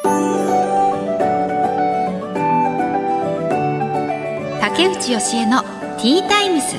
竹内義恵のティータイムス。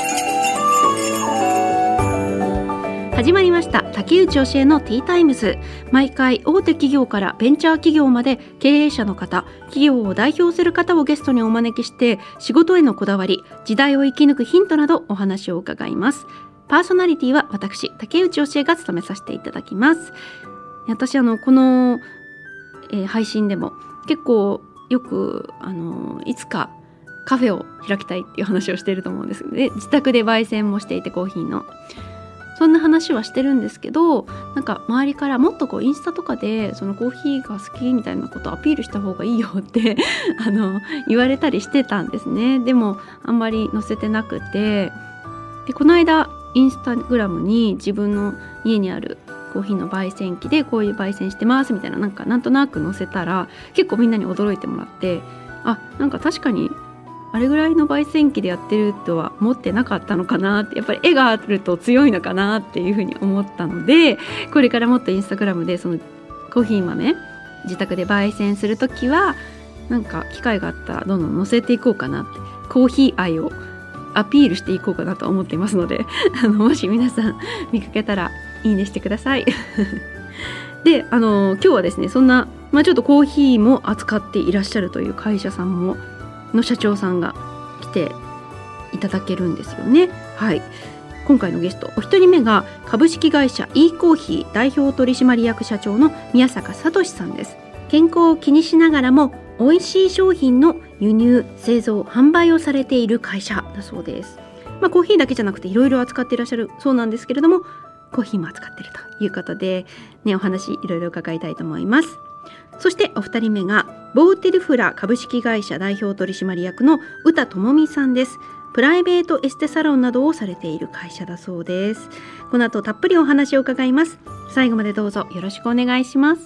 始まりました。竹内義恵のティータイムズ。毎回大手企業からベンチャー企業まで経営者の方、企業を代表する方をゲストにお招きして、仕事へのこだわり、時代を生き抜くヒントなどお話を伺います。パーソナリティは私竹内義恵が務めさせていただきます。私この、配信でも結構よくいつかカフェを開きたいっていう話をしていると思うんですで、自宅で焙煎もしていてコーヒーのそんな話はしてるんですけど、なんか周りからもっとインスタとかでそのコーヒーが好きみたいなことをアピールした方がいいよって言われたりしてたんですね。でもあんまり載せてなくて、でこの間インスタグラムに自分の家にあるコーヒーの焙煎機でこういう焙煎してますみたいな、なんとなく載せたら結構みんなに驚いてもらって、なんか確かにあれぐらいの焙煎機でやってるとは思ってなかったのかなって、やっぱり絵があると強いのかなっていうふうに思ったので、これからもっとインスタグラムでそのコーヒー豆自宅で焙煎するときはなんか機会があったらどんどん載せていこうかなって、コーヒー愛をアピールしていこうかなと思っていますのでもし皆さん見かけたらいいねしてくださいで、今日はですね、そんな、ちょっとコーヒーも扱っていらっしゃるという会社さんもの社長さんが来ていただけるんですよね。はい、今回のゲストお一人目が株式会社 e コーヒー代表取締役社長の宮坂聡さんです。健康を気にしながらも美味しい商品の輸入製造販売をされている会社だそうです。コーヒーだけじゃなくていろいろ扱っていらっしゃるそうなんですけれども、コーヒーも扱っているということで、お話いろいろ伺いたいと思います。そしてお二人目がボーテルフラ株式会社代表取締役の宇田智美さんです。プライベートエステサロンなどをされている会社だそうです。この後たっぷりお話を伺います。最後までどうぞよろしくお願いします。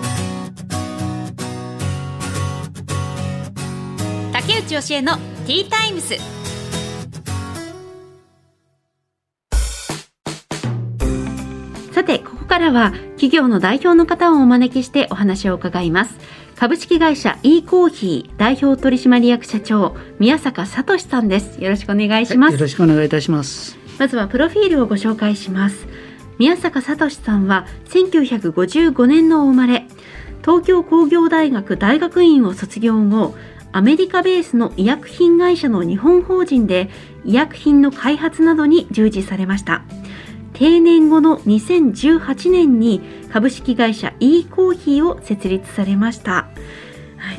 竹内義恵のティータイムス。 さて、ここからは企業の代表の方をお招きしてお話を伺います。株式会社 e コーヒー代表取締役社長宮坂聡さんです。よろしくお願いします。 よろしくお願いいたします。 まずはプロフィールをご紹介します。宮坂聡さんは1955年のお生まれ、東京工業大学大学院を卒業後、アメリカベースの医薬品会社の日本法人で医薬品の開発などに従事されました。定年後の2018年に株式会社 e コーヒーを設立されました。はい、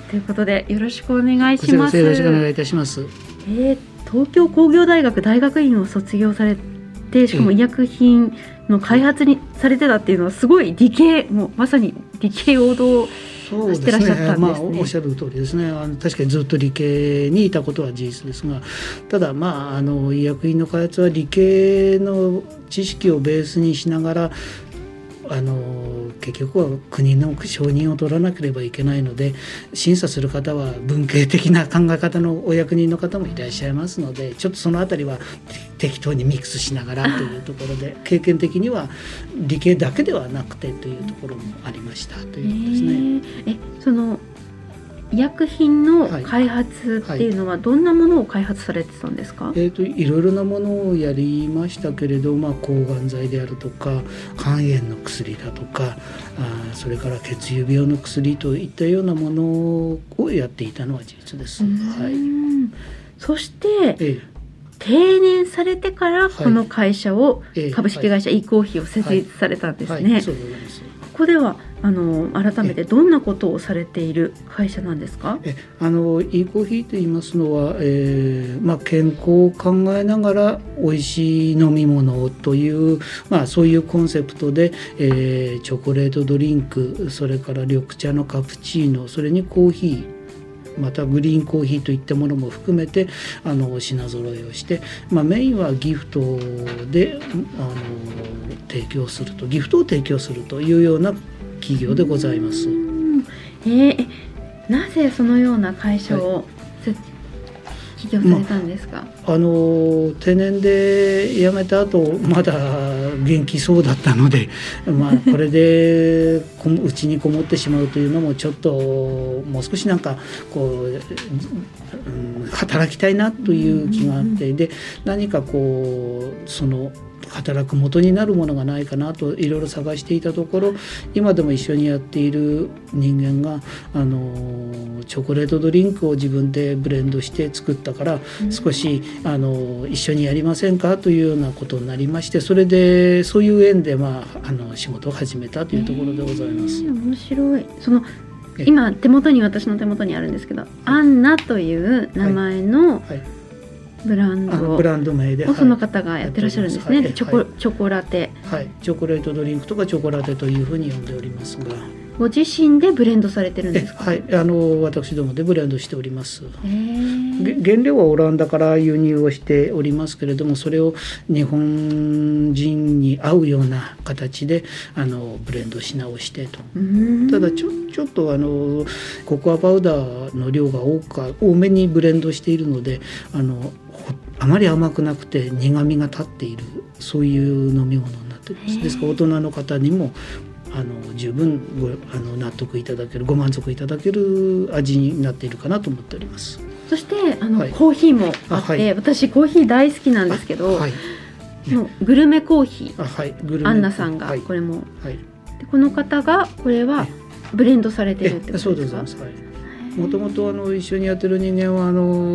ということでよろしくお願いします。 よろしくお願いいたします。 東京工業大学大学院を卒業されて、しかも医薬品の開発にされてたっていうのはすごい理系、もうまさに理系王道してらっしゃったんですね。 おっしゃる通りですね。確かにずっと理系にいたことは事実ですが、ただ医薬品の開発は理系の知識をベースにしながら結局は国の承認を取らなければいけないので、審査する方は文系的な考え方のお役人の方もいらっしゃいますので、ちょっとそのあたりは適当にミックスしながらというところで経験的には理系だけではなくてというところもありましたということですね。 その医薬品の開発っていうのはどんなものを開発されてたんですか？ いろいろなものをやりましたけれど、抗がん剤であるとか肝炎の薬だとかそれから血友病の薬といったようなものをやっていたのは事実です。 そして、定年されてからこの会社を、株式会社 e コーヒーを設立されたんですね。 そうでございます。 ここでは改めてどんなことをされている会社なんですか？ e コーヒーと言いますのは、健康を考えながら美味しい飲み物という、そういうコンセプトで、チョコレートドリンク、それから緑茶のカプチーノ、それにコーヒー、またグリーンコーヒーといったものも含めて品揃えをして、メインはギフトで提供すると、ギフトを提供するというような企業でございます。 なぜそのような会社を起業されたんですか？ 定年で辞めた後まだ元気そうだったので、これでうちにこもってしまうというのもちょっともう少しなんかこう、働きたいなという気があって、で何かこうその働く元になるものがないかなといろいろ探していたところ、今でも一緒にやっている人間がチョコレートドリンクを自分でブレンドして作ったから、少し一緒にやりませんかというようなことになりまして、それでそういう縁で、仕事を始めたというところでございます。 面白い。今私の手元にあるんですけど、アンナという名前の、ブランド名でその方がやってらっしゃるんですね。チョコラテ、 チョコレートドリンクとかチョコラテというふうに呼んでおりますが、 ご自身でブレンドされてるんですか？ 私どもでブレンドしております。原料はオランダから輸入をしておりますけれども、それを日本人に合うような形でブレンドし直してと。ただちょっとココアパウダーの量が多めにブレンドしているので、あまり甘くなくて苦みが立っている、そういう飲み物になっています。ですから大人の方にも十分納得いただける、ご満足いただける味になっているかなと思っております。 そしてコーヒーもあって、私コーヒー大好きなんですけど、グルメコーヒー、アンナさんがこれも、でこの方がこれはブレンドされてるってことですか？ そうでございます。もともと一緒にやってる人間は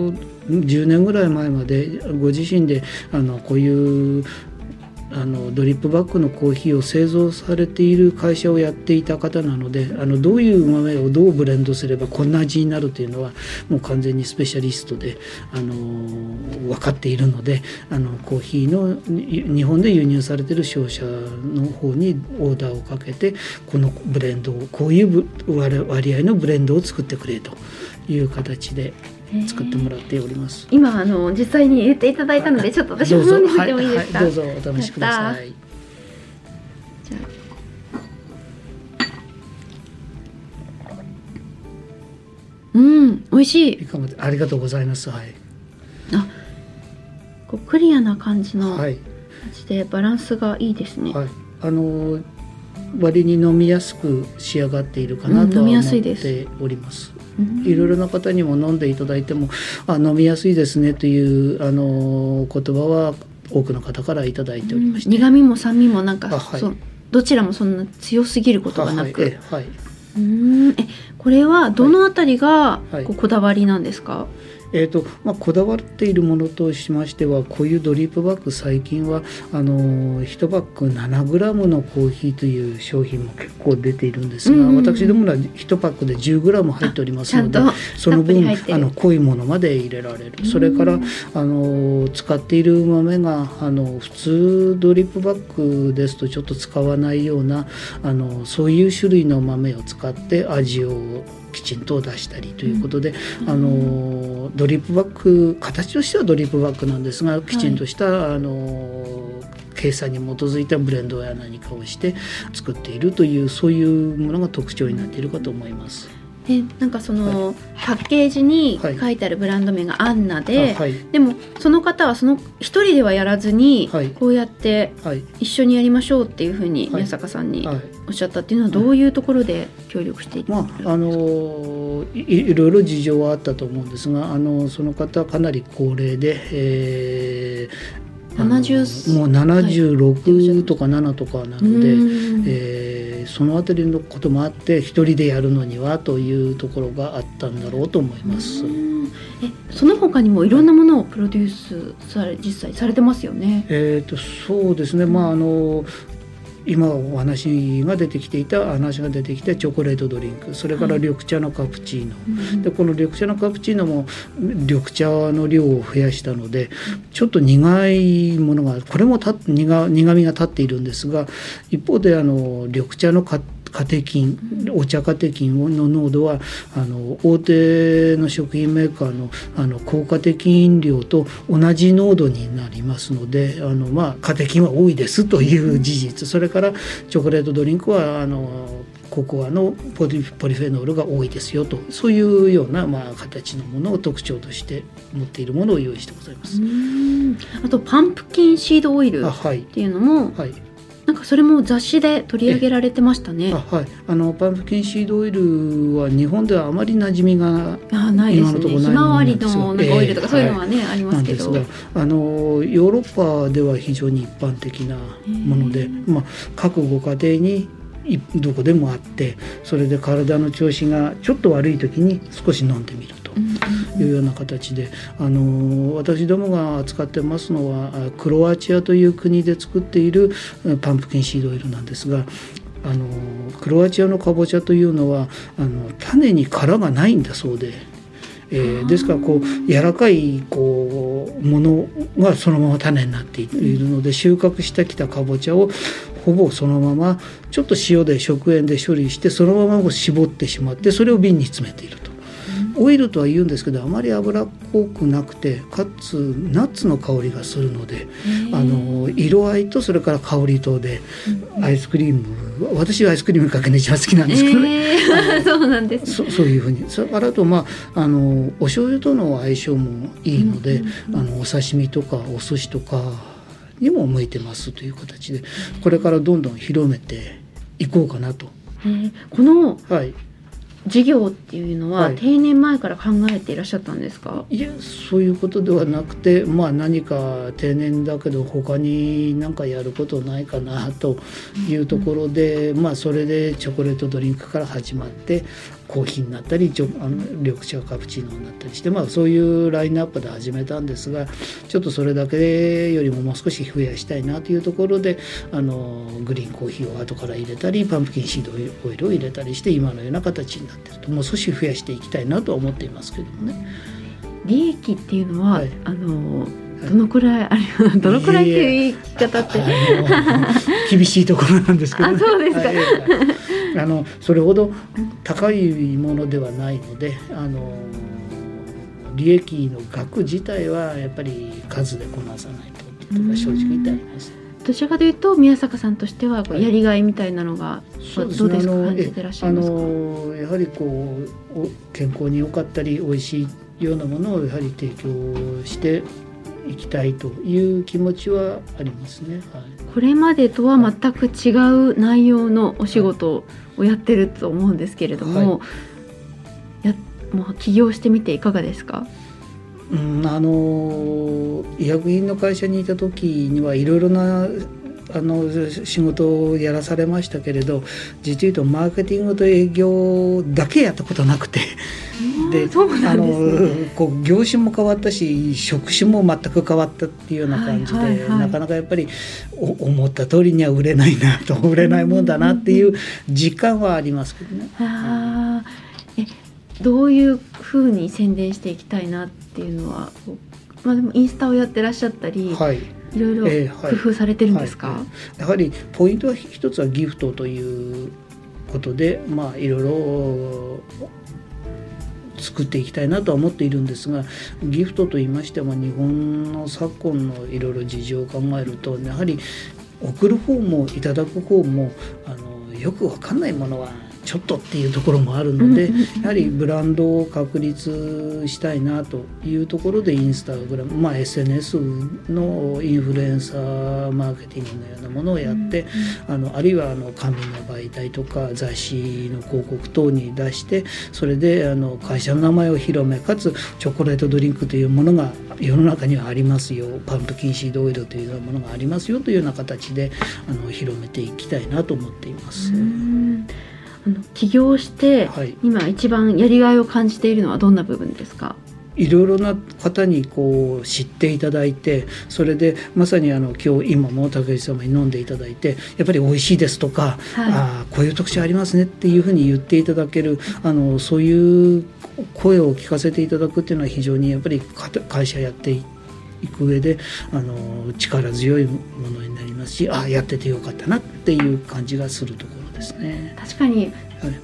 10年ぐらい前までご自身でこういうドリップバッグのコーヒーを製造されている会社をやっていた方なので、どういう豆をどうブレンドすればこんな味になるというのはもう完全にスペシャリストで分かっているので、コーヒーの日本で輸入されている商社の方にオーダーをかけて、このブレンドをこういう割合のブレンドを作ってくれという形で作ってもらっております。 今実際に言っていただいたので、ちょっと私も飲んでみてもいいですか？ どうぞお試しください。 じゃ美味しい。 ありがとうございます。 クリアな感じの味でバランスがいいですね。 割に飲みやすく仕上がっているかなと思っております。いろいろな方にも飲んでいただいても飲みやすいですねという言葉は多くの方からいただいておりまして、 苦味も酸味もなんかどちらもそんな強すぎることがなく、これはどのあたりがこだわりなんですか？ こだわっているものとしましては、こういうドリップバッグ、最近は1バッグ 7g のコーヒーという商品も結構出ているんですが、私どもは1パックで 10g 入っておりますので、その分濃いものまで入れられる。それから使っている豆が普通ドリップバッグですとちょっと使わないようなそういう種類の豆を使って味をきちんと出したりということで、ドリップバッグ、形としてはドリップバッグなんですが、きちんとした計算に基づいたブレンドや何かをして作っているという、そういうものが特徴になっているかと思います。 なんかパッケージに書いてあるブランド名がアンナで、でもその方は一人ではやらずに、こうやって一緒にやりましょうっていうふうに宮坂さんにおっしゃったっていうのはどういうところで協力していたんですか？ いろいろ事情はあったと思うんですが、その方はかなり高齢で、もう76とか7とかなので、そのあたりのこともあって一人でやるのにはというところがあったんだろうと思います。 その他にもいろんなものをプロデュース実際されてますよね。 そうですね、今お話が出てきたチョコレートドリンク、それから緑茶のカプチーノ、でこの緑茶のカプチーノも緑茶の量を増やしたので、ちょっと苦いものが、これも苦みが立っているんですが、一方で緑茶のカテキン、お茶カテキンの濃度は大手の食品メーカーの高カテキン飲料と同じ濃度になりますので、カテキンは多いですという事実、それからチョコレートドリンクはココアのポリフェノールが多いですよと、そういうような形のものを特徴として持っているものを用意してございます。 あとパンプキンシードオイルっていうのも、なんかそれも雑誌で取り上げられてましたね。 パンプキンシードオイルは日本ではあまり馴染みがないですね。ひまわりのなんかオイルとかそういうのはね、ありますけど、 なんですがヨーロッパでは非常に一般的なもので、各ご家庭にどこでもあって、それで体の調子がちょっと悪い時に少し飲んでみるというような形で、私どもが扱ってますのはクロアチアという国で作っているパンプキンシードオイルなんですが、クロアチアのかぼちゃというのは種に殻がないんだそうで、ですから柔らかいものがそのまま種になっているので、収穫してきたかぼちゃをほぼそのままちょっと塩で食塩で処理してそのまま絞ってしまって、それを瓶に詰めていると。オイルとは言うんですけど、あまり脂っこくなくて、かつナッツの香りがするので、色合いとそれから香りとでアイスクリーム、私はアイスクリームかけるの一番好きなんですけどね、 そうなんです、 そういうふうに。それからあとお醤油との相性もいいので、お刺身とかお寿司とかにも向いてますという形で、これからどんどん広めていこうかなと。 この事業っていうのは定年前から考えていらっしゃったんですか？ いや、そういうことではなくて、何か定年だけど他に何かやることないかなというところで、それでチョコレートドリンクから始まってコーヒーになったり緑茶カプチーノになったりして、そういうラインナップで始めたんですが、ちょっとそれだけよりももう少し増やしたいなというところで、グリーンコーヒーを後から入れたりパンプキンシードオイルを入れたりして今のような形になっていると、もう少し増やしていきたいなとは思っていますけどもね。 利益っていうのは、どのくらいどのくらいっていう言い方って厳しいところなんですけど、ね、 そうですか。 それほど高いものではないので、利益の額自体はやっぱり数でこなさないととか正直言ってあります。 どちらかというと宮坂さんとしてはやりがいみたいなのがどうですか、感じてらっしゃいますか？ やはり健康に良かったり美味しいようなものをやはり提供していきたいという気持ちはありますね。 これまでとは全く違う内容のお仕事をやってると思うんですけれども、もう起業してみていかがですか？ 医薬品の会社にいた時にはいろいろな仕事をやらされましたけれど、実を言うとマーケティングと営業だけやったことなくて、で業種も変わったし職種も全く変わったっていうような感じで、なかなかやっぱり思った通りには売れないなと、売れないもんだなっていう実感はありますけどね。 どういうふうに宣伝していきたいなっていうのは、でもインスタをやってらっしゃったり、いろいろ工夫されてるんですか？ やはりポイントは一つはギフトということで、いろいろ作っていきたいなとは思っているんですが、ギフトといいましても日本の昨今のいろいろ事情を考えると、やはり送る方もいただく方もよく分かんないものはちょっとっていうところもあるので、やはりブランドを確立したいなというところでインスタグラム、SNS のインフルエンサーマーケティングのようなものをやって、あるいは紙の媒体とか雑誌の広告等に出して、それで会社の名前を広め、かつチョコレートドリンクというものが世の中にはありますよ、パンプキンシードオイルというようなものがありますよというような形で広めていきたいなと思っています。 起業して今一番やりがいを感じているのはどんな部分ですか？ いろいろな方に知っていただいて、それでまさに今も竹内様に飲んでいただいて、やっぱり美味しいですとか、こういう特徴ありますねっていうふうに言っていただける、そういう声を聞かせていただくっていうのは非常にやっぱり会社やっていく上で力強いものになりますし、やっててよかったなっていう感じがするところですね。 確かに、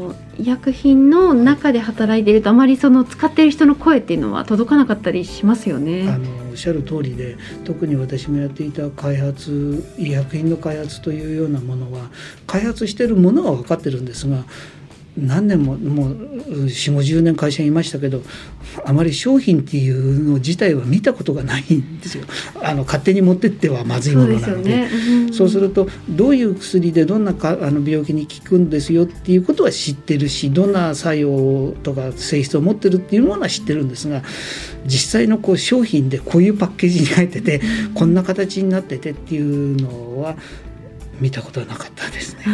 医薬品の中で働いているとあまりその使っている人の声っていうのは届かなかったりしますよね。 おっしゃる通りで、特に私もやっていた医薬品の開発というようなものは、開発しているものは分かってるんですが、何年ももう4、50年会社にいましたけど、あまり商品っていうの自体は見たことがないんですよ。勝手に持ってってはまずいものなので、そうするとどういう薬でどんな病気に効くんですよっていうことは知ってるし、どんな作用とか性質を持ってるっていうものは知ってるんですが、実際の商品でこういうパッケージに入ってて、こんな形になっててっていうのは見たことはなかったですね。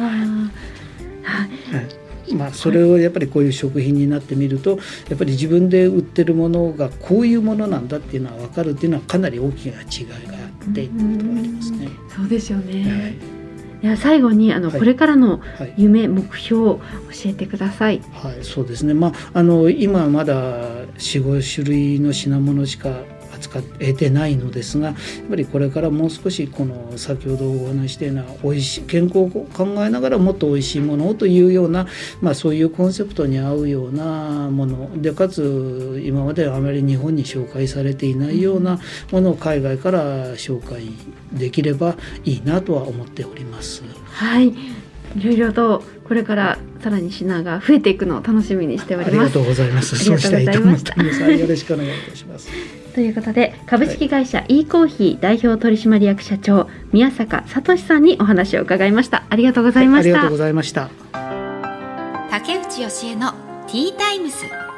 それをやっぱりこういう食品になってみると、やっぱり自分で売ってるものがこういうものなんだっていうのは分かるっていうのは、かなり大きな違いがあってっていうことがありますね。 そうですよね。では最後にこれからの夢、目標を教えてください。 そうですね、今まだ 4,5 種類の品物しか扱えてないのですが、やっぱりこれからもう少しこの先ほどお話したようなおいしい健康を考えながらもっとおいしいものをというような、そういうコンセプトに合うようなもので、かつ今まではあまり日本に紹介されていないようなものを海外から紹介できればいいなとは思っております。 はい、いろいろとこれからさらに品が増えていくのを楽しみにしております。 ありがとうございます。そうしたいと思っています。よろしくお願いいたします。 ということで、株式会社 e コーヒー代表取締役社長宮坂聡さんにお話を伺いました。ありがとうございました。 ありがとうございました。 竹内義恵のティータイムズ。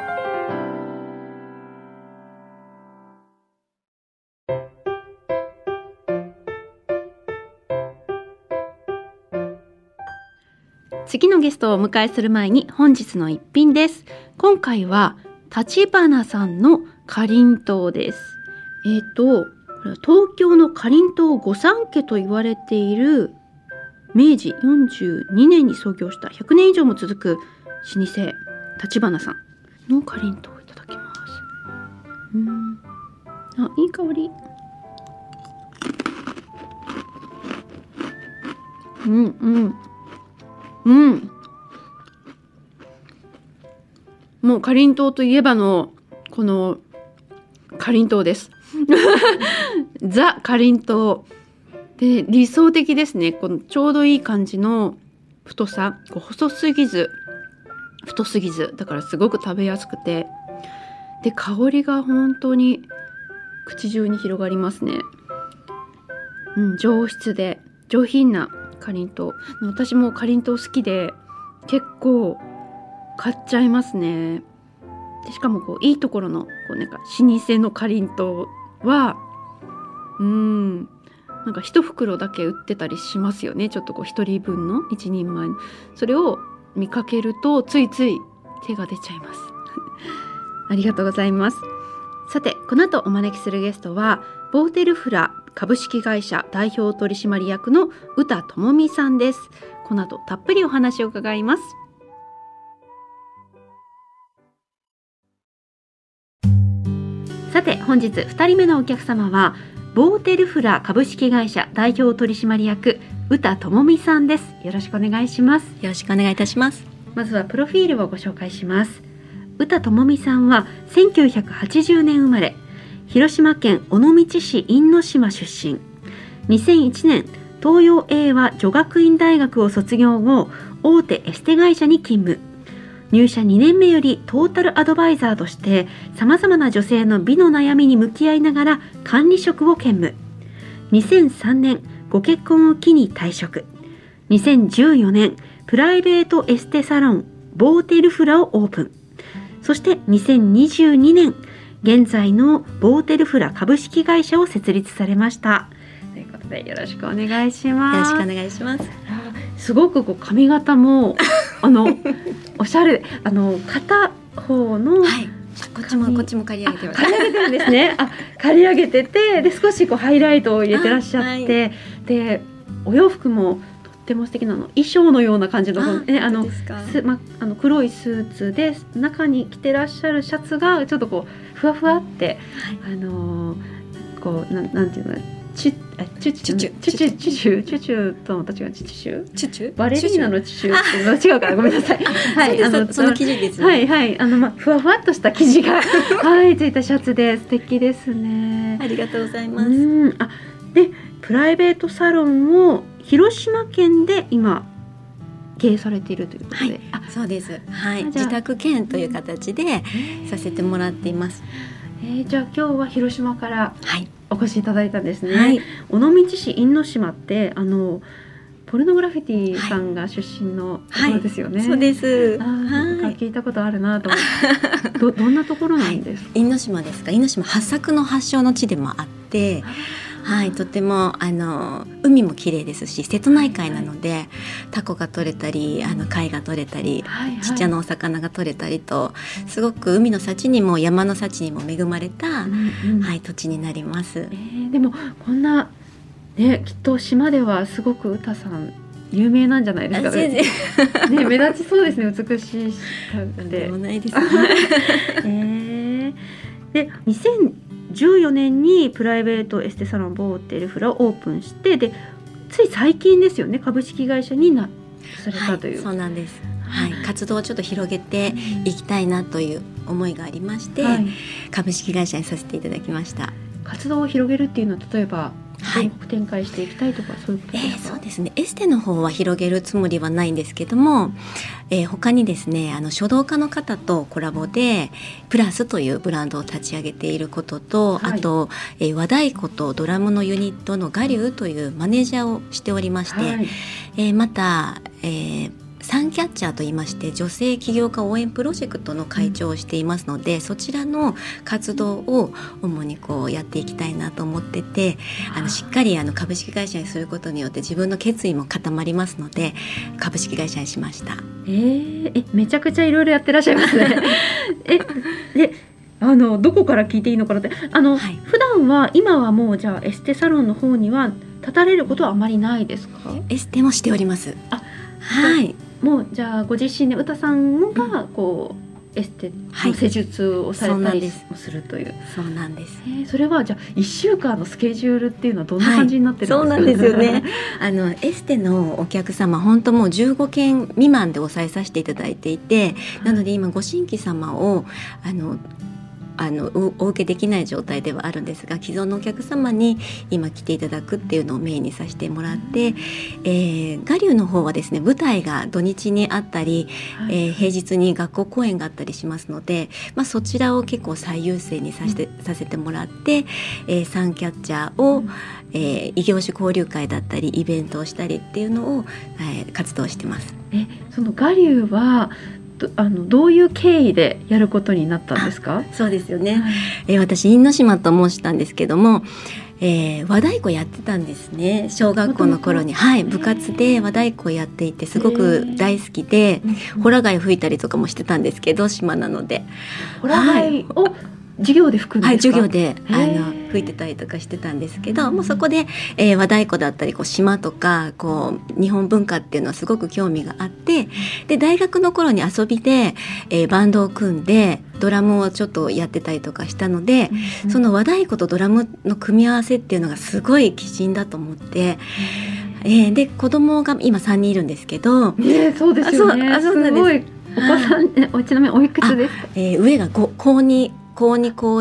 次のゲストをお迎えする前に本日の一品です。今回は立花さんのかりんとうです。これは東京のかりんとう御三家と言われている明治42年に創業した100年以上も続く老舗立花さんのかりんとうをいただきます。いい香り。もうかりんとうといえばのこのかりんとうですザかりんとうで理想的ですね。このちょうどいい感じの太さ、細すぎず太すぎずだからすごく食べやすくて、で香りが本当に口中に広がりますね。上質で上品なかりんとう。私もかりんとう好きで結構買っちゃいますね。でしかもいいところのなんか老舗のかりんとうはなんか一袋だけ売ってたりしますよね。ちょっと一人分の一人前のそれを見かけるとついつい手が出ちゃいますありがとうございます。さて、この後お招きするゲストはボーテルフラ株式会社代表取締役の宇田智美さんです。この後たっぷりお話を伺います。さて、本日2人目のお客様はボーテルフラ株式会社代表取締役宇田智美さんです。よろしくお願いします。 よろしくお願いいたします。 まずはプロフィールをご紹介します。宇田智美さんは1980年生まれ、広島県尾道市因島出身。2001年東洋英和女学院大学を卒業後、大手エステ会社に勤務。入社2年目よりトータルアドバイザーとして様々な女性の美の悩みに向き合いながら管理職を兼務。2003年ご結婚を機に退職。2014年プライベートエステサロンボーテルフラをオープン。そして2022年現在のボーテルフラ株式会社を設立されました。ということでよろしくお願いします。 よろしくお願いします。 すごく髪型もおしゃれ、片方の、 こっちも刈り上げてます。 刈り上げてるんですね。刈り上げてて、で少しハイライトを入れてらっしゃって、でお洋服もとっても素敵な衣装のような感じの黒いスーツで中に着てらっしゃるシャツがちょっとふわふわって、なんていうのチュチュとの違うチュチュバレリーナのチュって違うからごめんなさい。はい、 その生地ですね。 はいはい、ふわふわっとした生地がはいついたシャツで素敵ですね。 ありがとうございます。 でプライベートサロンを広島県で今経営されているということで、 はい、そうです。はい、自宅兼という形でさせてもらっています。 じゃあ今日は広島からお越しいただいたんですね。 はい、 尾道市因島ってポルノグラフィティさんが出身のところですよね。 はい、そうです。 聞いたことあるなと思ってどんなところなんですか？ 因島ですか。因島八作の発祥の地でもあって、はい、とても海も綺麗ですし、瀬戸内海なのでタコが取れたり貝が取れたり、ちっちゃなお魚が取れたりと、すごく海の幸にも山の幸にも恵まれた、はい、土地になります。 でもこんな、ね、きっと島ではすごく歌さん有名なんじゃないですかね。目立ちそうですね。美しいしでもないです。 で2014年にプライベートエステサロンボーテルフラをオープンして、でつい最近ですよね、株式会社にされたという、 そうなんです。はい、活動をちょっと広げていきたいなという思いがありまして、株式会社にさせていただきました。 活動を広げるっていうのは例えば全国展開していきたいとか、そういうことですか？ そうですね。エステの方は広げるつもりはないんですけども、他にですね書道家の方とコラボでプラスというブランドを立ち上げていることと、あと、和太鼓とドラムのユニットの我流というマネージャーをしておりまして、また、サンキャッチャーと言いまして女性起業家応援プロジェクトの会長をしていますので、そちらの活動を主にやっていきたいなと思ってて、しっかり株式会社にすることによって自分の決意も固まりますので株式会社にしました。 めちゃくちゃいろいろやってらっしゃいますね。でどこから聞いていいのかなって普段は今はもうじゃあエステサロンの方には立たれることはあまりないですか？ エステもしております。はい。 もうじゃあご自身で歌さんがエステの施術をされたりもするという。 そうなんです。 それはじゃあ1週間のスケジュールっていうのはどんな感じになってるんですか？ そうなんですよね。エステのお客様本当もう15件未満で抑えさせていただいていて、なので今ご新規様をお受けできない状態ではあるんですが、既存のお客様に今来ていただくっていうのをメインにさせてもらって、我流の方はですね舞台が土日にあったり、平日に学校公演があったりしますので、そちらを結構最優先にさせてもらって、サンキャッチャーを、異業種交流会だったりイベントをしたりっていうのを、活動してます。 その我流はどういう経緯でやることになったんですか？ そうですよね、私因島と申したんですけども、和太鼓やってたんですね。小学校の頃に、部活で和太鼓をやっていてすごく大好きで、ホラ貝吹いたりとかもしてたんですけど、島なのでホラ貝を授業で吹くんですか？ 授業で吹いてたりとかしてたんですけど、もうそこで、和太鼓だったり島とか日本文化っていうのはすごく興味があって、で大学の頃に遊びで、バンドを組んでドラムをちょっとやってたりとかしたので、その和太鼓とドラムの組み合わせっていうのがすごい鬼神だと思って、で子供が今3人いるんですけど、 そうですよね。すごいお子さん、ちなみにおいくつですか？ 上が高2高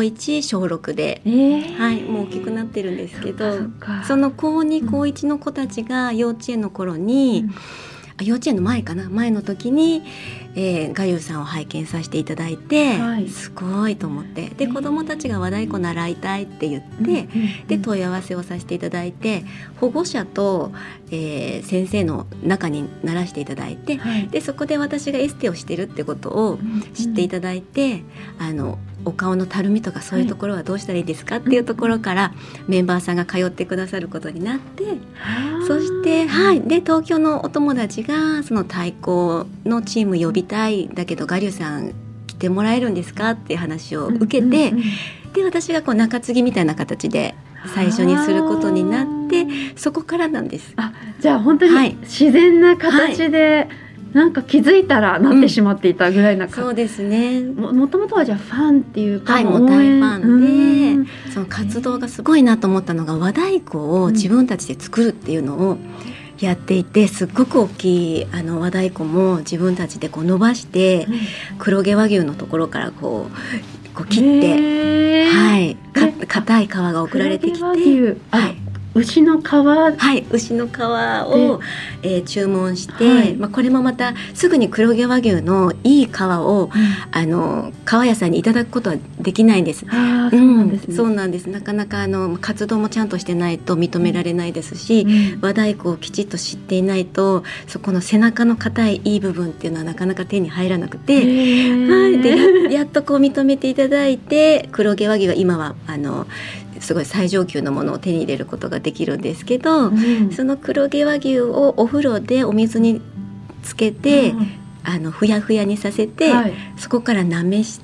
1小6で、もう大きくなってるんですけど、その高2高1の子たちが幼稚園の頃に、幼稚園の前の時に、我流さんを拝見させていただいて、すごいと思って、で子どもたちが和太鼓習いたいって言って、で問い合わせをさせていただいて、保護者と、先生の中にならしていただいて、でそこで私がエステをしてるってことを知っていただいて、お顔のたるみとかそういうところはどうしたらいいですかっていうところからメンバーさんが通ってくださることになって、そして、で東京のお友達がその太鼓のチーム呼びたいだけど我流さん来てもらえるんですかっていう話を受けて、で私が中継ぎみたいな形で最初にすることになって、そこからなんです。 じゃあ本当に自然な形でなんか気づいたらなってしまっていたぐらいな、 そうですね。 もともとはじゃあファンっていうか、 もう大ファンで、その活動がすごいなと思ったのが、和太鼓を自分たちで作るっていうのをやっていて、すっごく大きい和太鼓も自分たちでこう伸ばして、黒毛和牛のところからこう切って、硬い皮が送られてきて、牛の皮、牛の皮を、注文して、これもまたすぐに黒毛和牛のいい皮を、皮屋さんにいただくことはできないんです。そうなんです。なかなか活動もちゃんとしてないと認められないですし、和太鼓をきちっと知っていないと、そこの背中の硬いいい部分っていうのはなかなか手に入らなくて、で やっとこう認めていただいて、黒毛和牛は今はすごい最上級のものを手に入れることができるんですけど、その黒毛和牛をお風呂でお水につけて、ふやふやにさせて、そこからなめして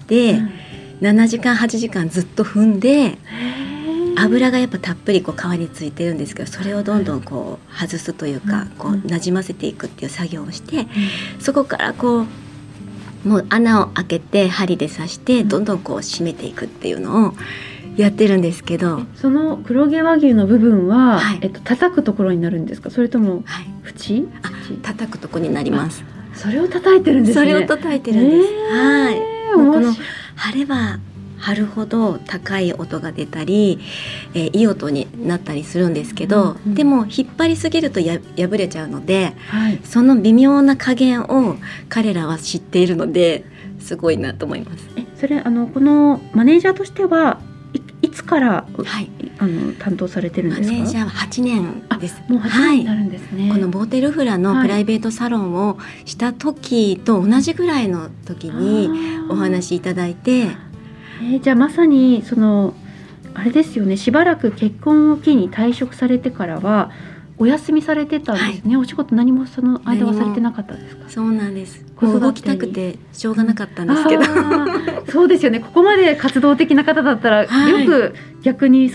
、7時間8時間ずっと踏んで、油がやっぱたっぷりこう皮についてるんですけど、それをどんどんこう外すというか、こうなじませていくっていう作業をして、そこからこうもう穴を開けて針で刺して、どんどんこう締めていくっていうのをやってるんですけど、 その黒毛和牛の部分は、叩くところになるんですか、それとも縁？ 叩くところになります。 それを叩いてるんですね。 それを叩いてるんです。もうこの張れば張るほど高い音が出たり、いい音になったりするんですけど、でも引っ張りすぎると破れちゃうので、その微妙な加減を彼らは知っているので、すごいなと思います。 それこのマネージャーとしてはいつから、担当されてるんですか？ マネージャーは8年です。 もう8年になるんですね。 このボーテルフラのプライベートサロンをした時と同じぐらいの時にお話いただいて、 じゃあまさにあれですよね、しばらく結婚を機に退職されてからはお休みされてたんですね。お仕事何もその間はされてなかったんですか？ そうなんです。動きたくてしょうがなかったんですけど、 そうですよね。ここまで活動的な方だったら、よく逆に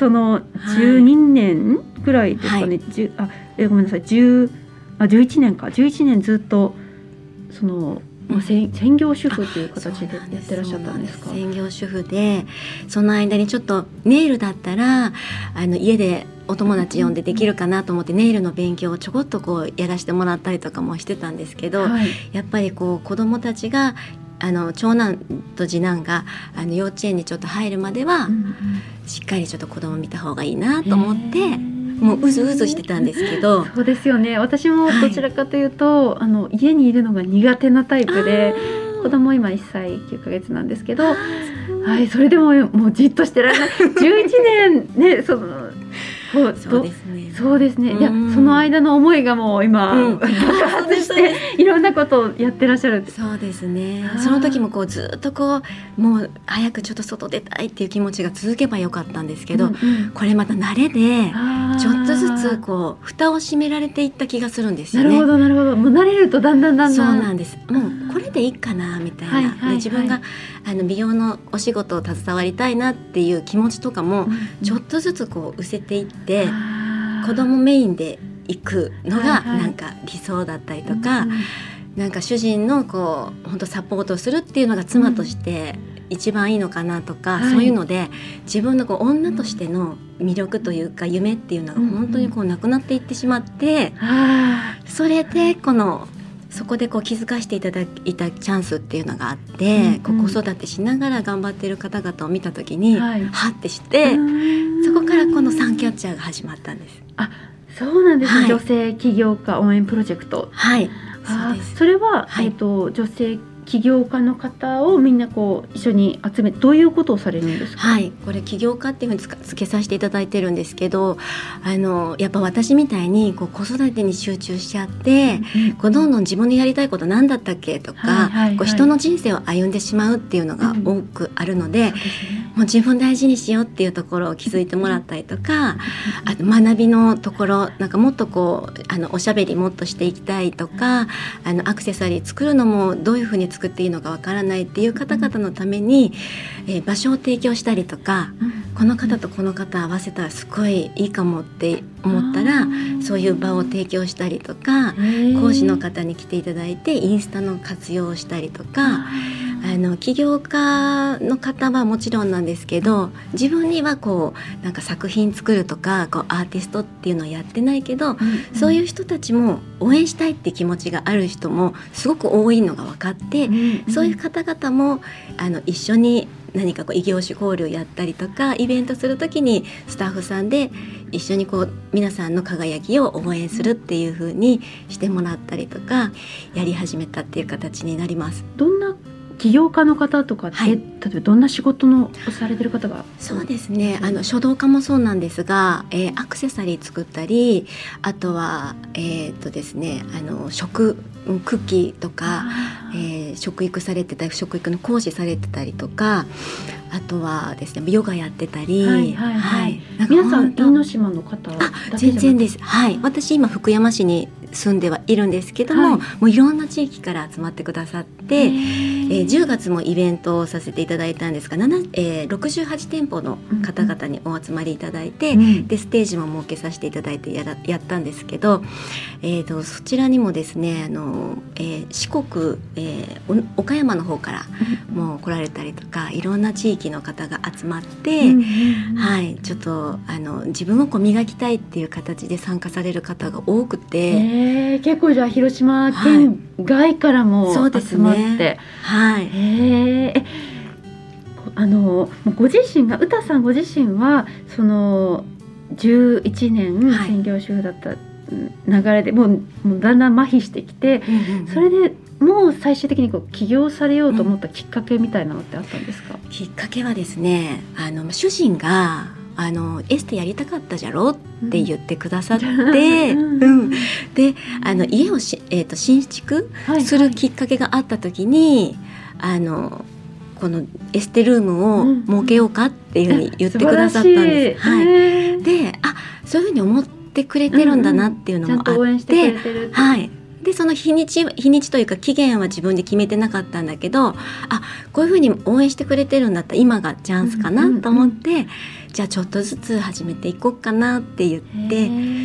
12年ぐらいですかね、ごめんなさい、11年か、11年ずっと専業主婦という形でやってらっしゃったんですか？ 専業主婦で、その間にちょっとネイルだったら家でお友達呼んでできるかなと思って、ネイルの勉強をちょこっとこうやらせてもらったりとかもしてたんですけど、やっぱりこう子どもたちが長男と次男が幼稚園にちょっと入るまでは、しっかりちょっと子供見た方がいいなと思って、もううずうずしてたんですけど。 そうですよね。私もどちらかというと、家にいるのが苦手なタイプで、子供今1歳9ヶ月なんですけど、それでももうじっとしてられない11年ね、そうですね。いや、その間の思いがもう今、爆発していろんなことをやってらっしゃる。 そうですね。その時もこうずっともう早くちょっと外出たいっていう気持ちが続けばよかったんですけど、これまた慣れでちょっとずつこう蓋を閉められていった気がするんですよね。 なるほどなるほど。もう慣れるとだんだんそうなんです。もうこれでいいかなみたいな、自分が美容のお仕事を携わりたいなっていう気持ちとかもちょっとずつこう失せていって、子供メインで行くのがなんか理想だったりとか、なんか主人のこう本当サポートするっていうのが妻として一番いいのかなとか、そういうので自分のこう女としての魅力というか夢っていうのが本当にこうなくなっていってしまって、それでそこでこう気づかせていただいたチャンスっていうのがあって、子育てしながら頑張っている方々を見た時に、はってして、そこからこのサンキャッチャーが始まったんです。 そうなんですね。女性起業家応援プロジェクト。 そうです。 それは、女性起業家の方をみんなこう一緒に集めて、どういうことをされるんですか？ これ起業家っていうふうにつけさせていただいてるんですけど、やっぱ私みたいにこう子育てに集中しちゃって、こうどんどん自分のやりたいこと何だったっけとか、こう人の人生を歩んでしまうっていうのが多くあるので、 もう自分大事にしようっていうところを気づいてもらったりとか、あと学びのところ、なんかもっとこうおしゃべりもっとしていきたいとか、アクセサリー作るのもどういうふうに作っていいのかわからないっていう方々のために、場所を提供したりとか、この方とこの方合わせたらすごいいいかもって思ったら、そういう場を提供したりとか、講師の方に来ていただいてインスタの活用をしたりとか、起業家の方はもちろんなんですけど、自分にはこうなんか作品作るとかこうアーティストっていうのをやってないけど、そういう人たちも応援したいって気持ちがある人もすごく多いのが分かって、そういう方々も一緒に何かこう異業種交流やったりとか、イベントするときにスタッフさんで一緒にこう皆さんの輝きを応援するっていう風にしてもらったりとかやり始めたっていう形になります。 どんな起業家の方とかって、例えばどんな仕事のされてる方が？ そうですね、書道家もそうなんですが、アクセサリー作ったり、あとはですね、クッキーとか、食育されてたり、食育の講師されてたりとか、あとはですね、ヨガやってたり、 皆さん因島の方だけじゃなくて？ 全然です。私今福山市に住んではいるんですけども、もういろんな地域から集まってくださって、10月もイベントをさせていただいたんですが、68店舗の方々にお集まりいただいて、でステージも設けさせていただいてやったんですけど、そちらにもですね、四国、岡山の方からもう来られたりとか、いろんな地域の方が集まって、ちょっと自分をこう磨きたいっていう形で参加される方が多くて、 結構じゃあ広島県外からも集まって、ご自身が詩さんご自身はその11年専業主婦だった流れでもうだんだん麻痺してきて、それでもう最終的にこう起業されようと思ったきっかけみたいなのってあったんですか？ きっかけはですね、主人がエステやりたかったじゃろって言ってくださって、で家を新築するきっかけがあった時に、このエステルームを設けようかっていうふうに言ってくださったんです。で、そういうふうに思ってくれてるんだなっていうのもあって、 ちゃんと応援してくれてるって。 でその日にちというか期限は自分で決めてなかったんだけど、こういうふうに応援してくれてるんだったら今がチャンスかなと思って、じゃあちょっとずつ始めていこうかなって言って、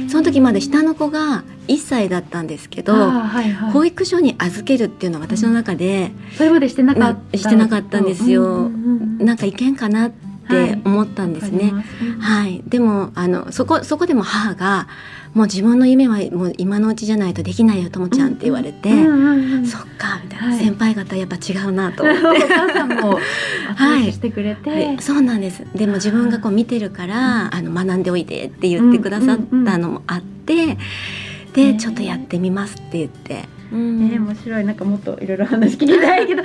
その時まで下の子が1歳だったんですけど、保育所に預けるっていうのは私の中で、 それまでしてなかったんですよ。なんかいけんかなって思ったんですね。でもそこでも母がもう自分の夢はもう今のうちじゃないとできないよともちゃんって言われて、そっかみたいな、先輩方やっぱ違うなと思って、 お母さんも後押ししてくれて、 そうなんです。でも自分がこう見てるから学んでおいでって言ってくださったのもあって、でちょっとやってみますって言って、 面白い。なんかもっといろいろ話聞きたいけど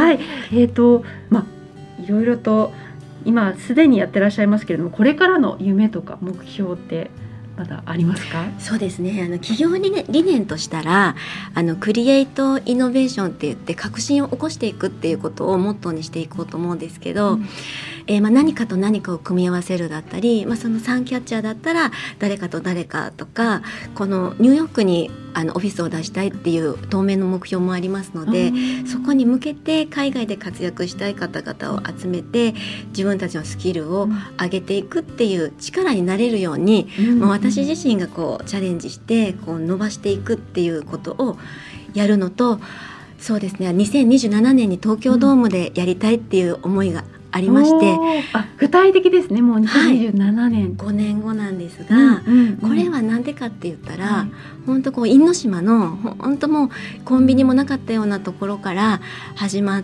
いろいろと今すでにやってらっしゃいますけれども、これからの夢とか目標ってまだありますか？ そうですね、企業理念としたらクリエイトイノベーションって言って革新を起こしていくっていうことをモットーにしていこうと思うんですけど、何かと何かを組み合わせるだったり、そのサンキャッチャーだったら誰かと誰かとか、このニューヨークにオフィスを出したいっていう当面の目標もありますので、そこに向けて海外で活躍したい方々を集めて自分たちのスキルを上げていくっていう力になれるように、私自身がこうチャレンジしてこう伸ばしていくっていうことをやるのと、そうですね、2027年に東京ドームでやりたいっていう思いがありまして、 具体的ですね。もう2027年、 5年後なんですが、これはなんでかって言ったら、本当こう因島の本当もうコンビニもなかったようなところから始まって、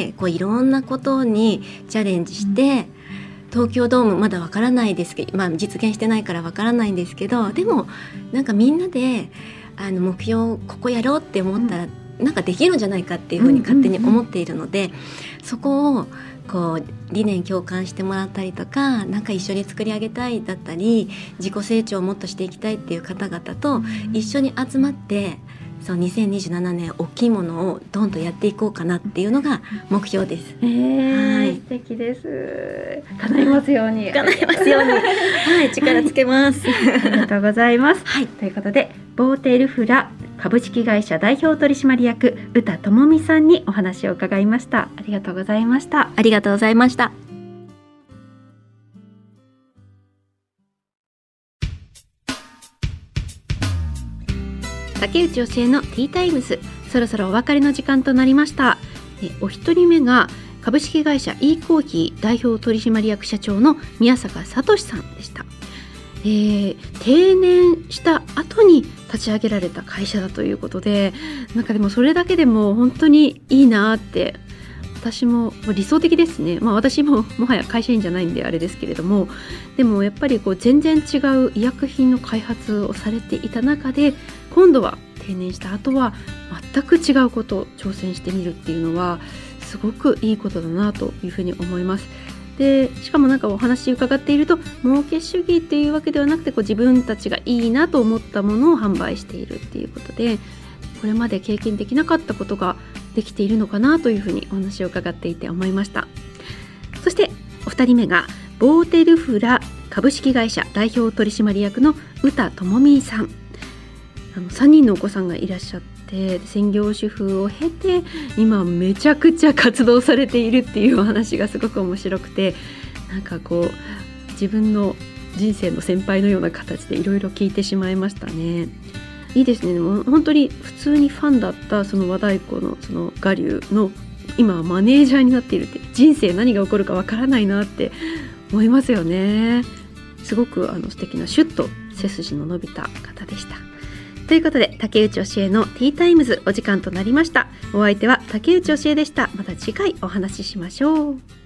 こういろんなことにチャレンジして、東京ドームまだわからないですけど、実現してないからわからないんですけど、でもなんかみんなで目標ここやろうって思ったら、なんかできるんじゃないかっていうふうに勝手に思っているので、そこをこう理念共感してもらったりとか、なんか一緒に作り上げたいだったり、自己成長をもっとしていきたいっていう方々と一緒に集まって、 そう2027年大きいものをどんどんやっていこうかなっていうのが目標です。 はい、素敵です。叶いますように。 叶いますように。はい、力つけます。 ありがとうございます。 はい、 ということでボーテルフラ株式会社代表取締役宇田智美さんにお話を伺いました。ありがとうございました。 ありがとうございました。 竹内教えのティータイムズ、そろそろお別れの時間となりました。お一人目が株式会社 e コーヒー代表取締役社長の宮坂聡さんでした。定年した後に立ち上げられた会社だということで、なんかでもそれだけでも本当にいいなって、私も理想的ですね。私ももはや会社員じゃないんであれですけれども、でもやっぱり全然違う医薬品の開発をされていた中で、今度は定年した後は全く違うことを挑戦してみるっていうのはすごくいいことだなというふうに思います。でしかもなんかお話伺っていると、儲け主義っていうわけではなくて、自分たちがいいなと思ったものを販売しているっていうことで、これまで経験できなかったことができているのかなというふうにお話を伺っていて思いました。そしてお二人目がボーテルフラ株式会社代表取締役の宇田智美さん。3人のお子さんがいらっしゃって、専業主婦を経て今めちゃくちゃ活動されているっていうお話がすごく面白くて、なんか自分の人生の先輩のような形でいろいろ聞いてしまいましたね。いいですね。でも本当に普通にファンだったその和太鼓のその我流の今はマネージャーになっているって、人生何が起こるかわからないなって思いますよね。すごく素敵なシュッと背筋の伸びた方でした。ということで、竹内教えのティータイムズ、お時間となりました。お相手は竹内教えでした。また次回お話ししましょう。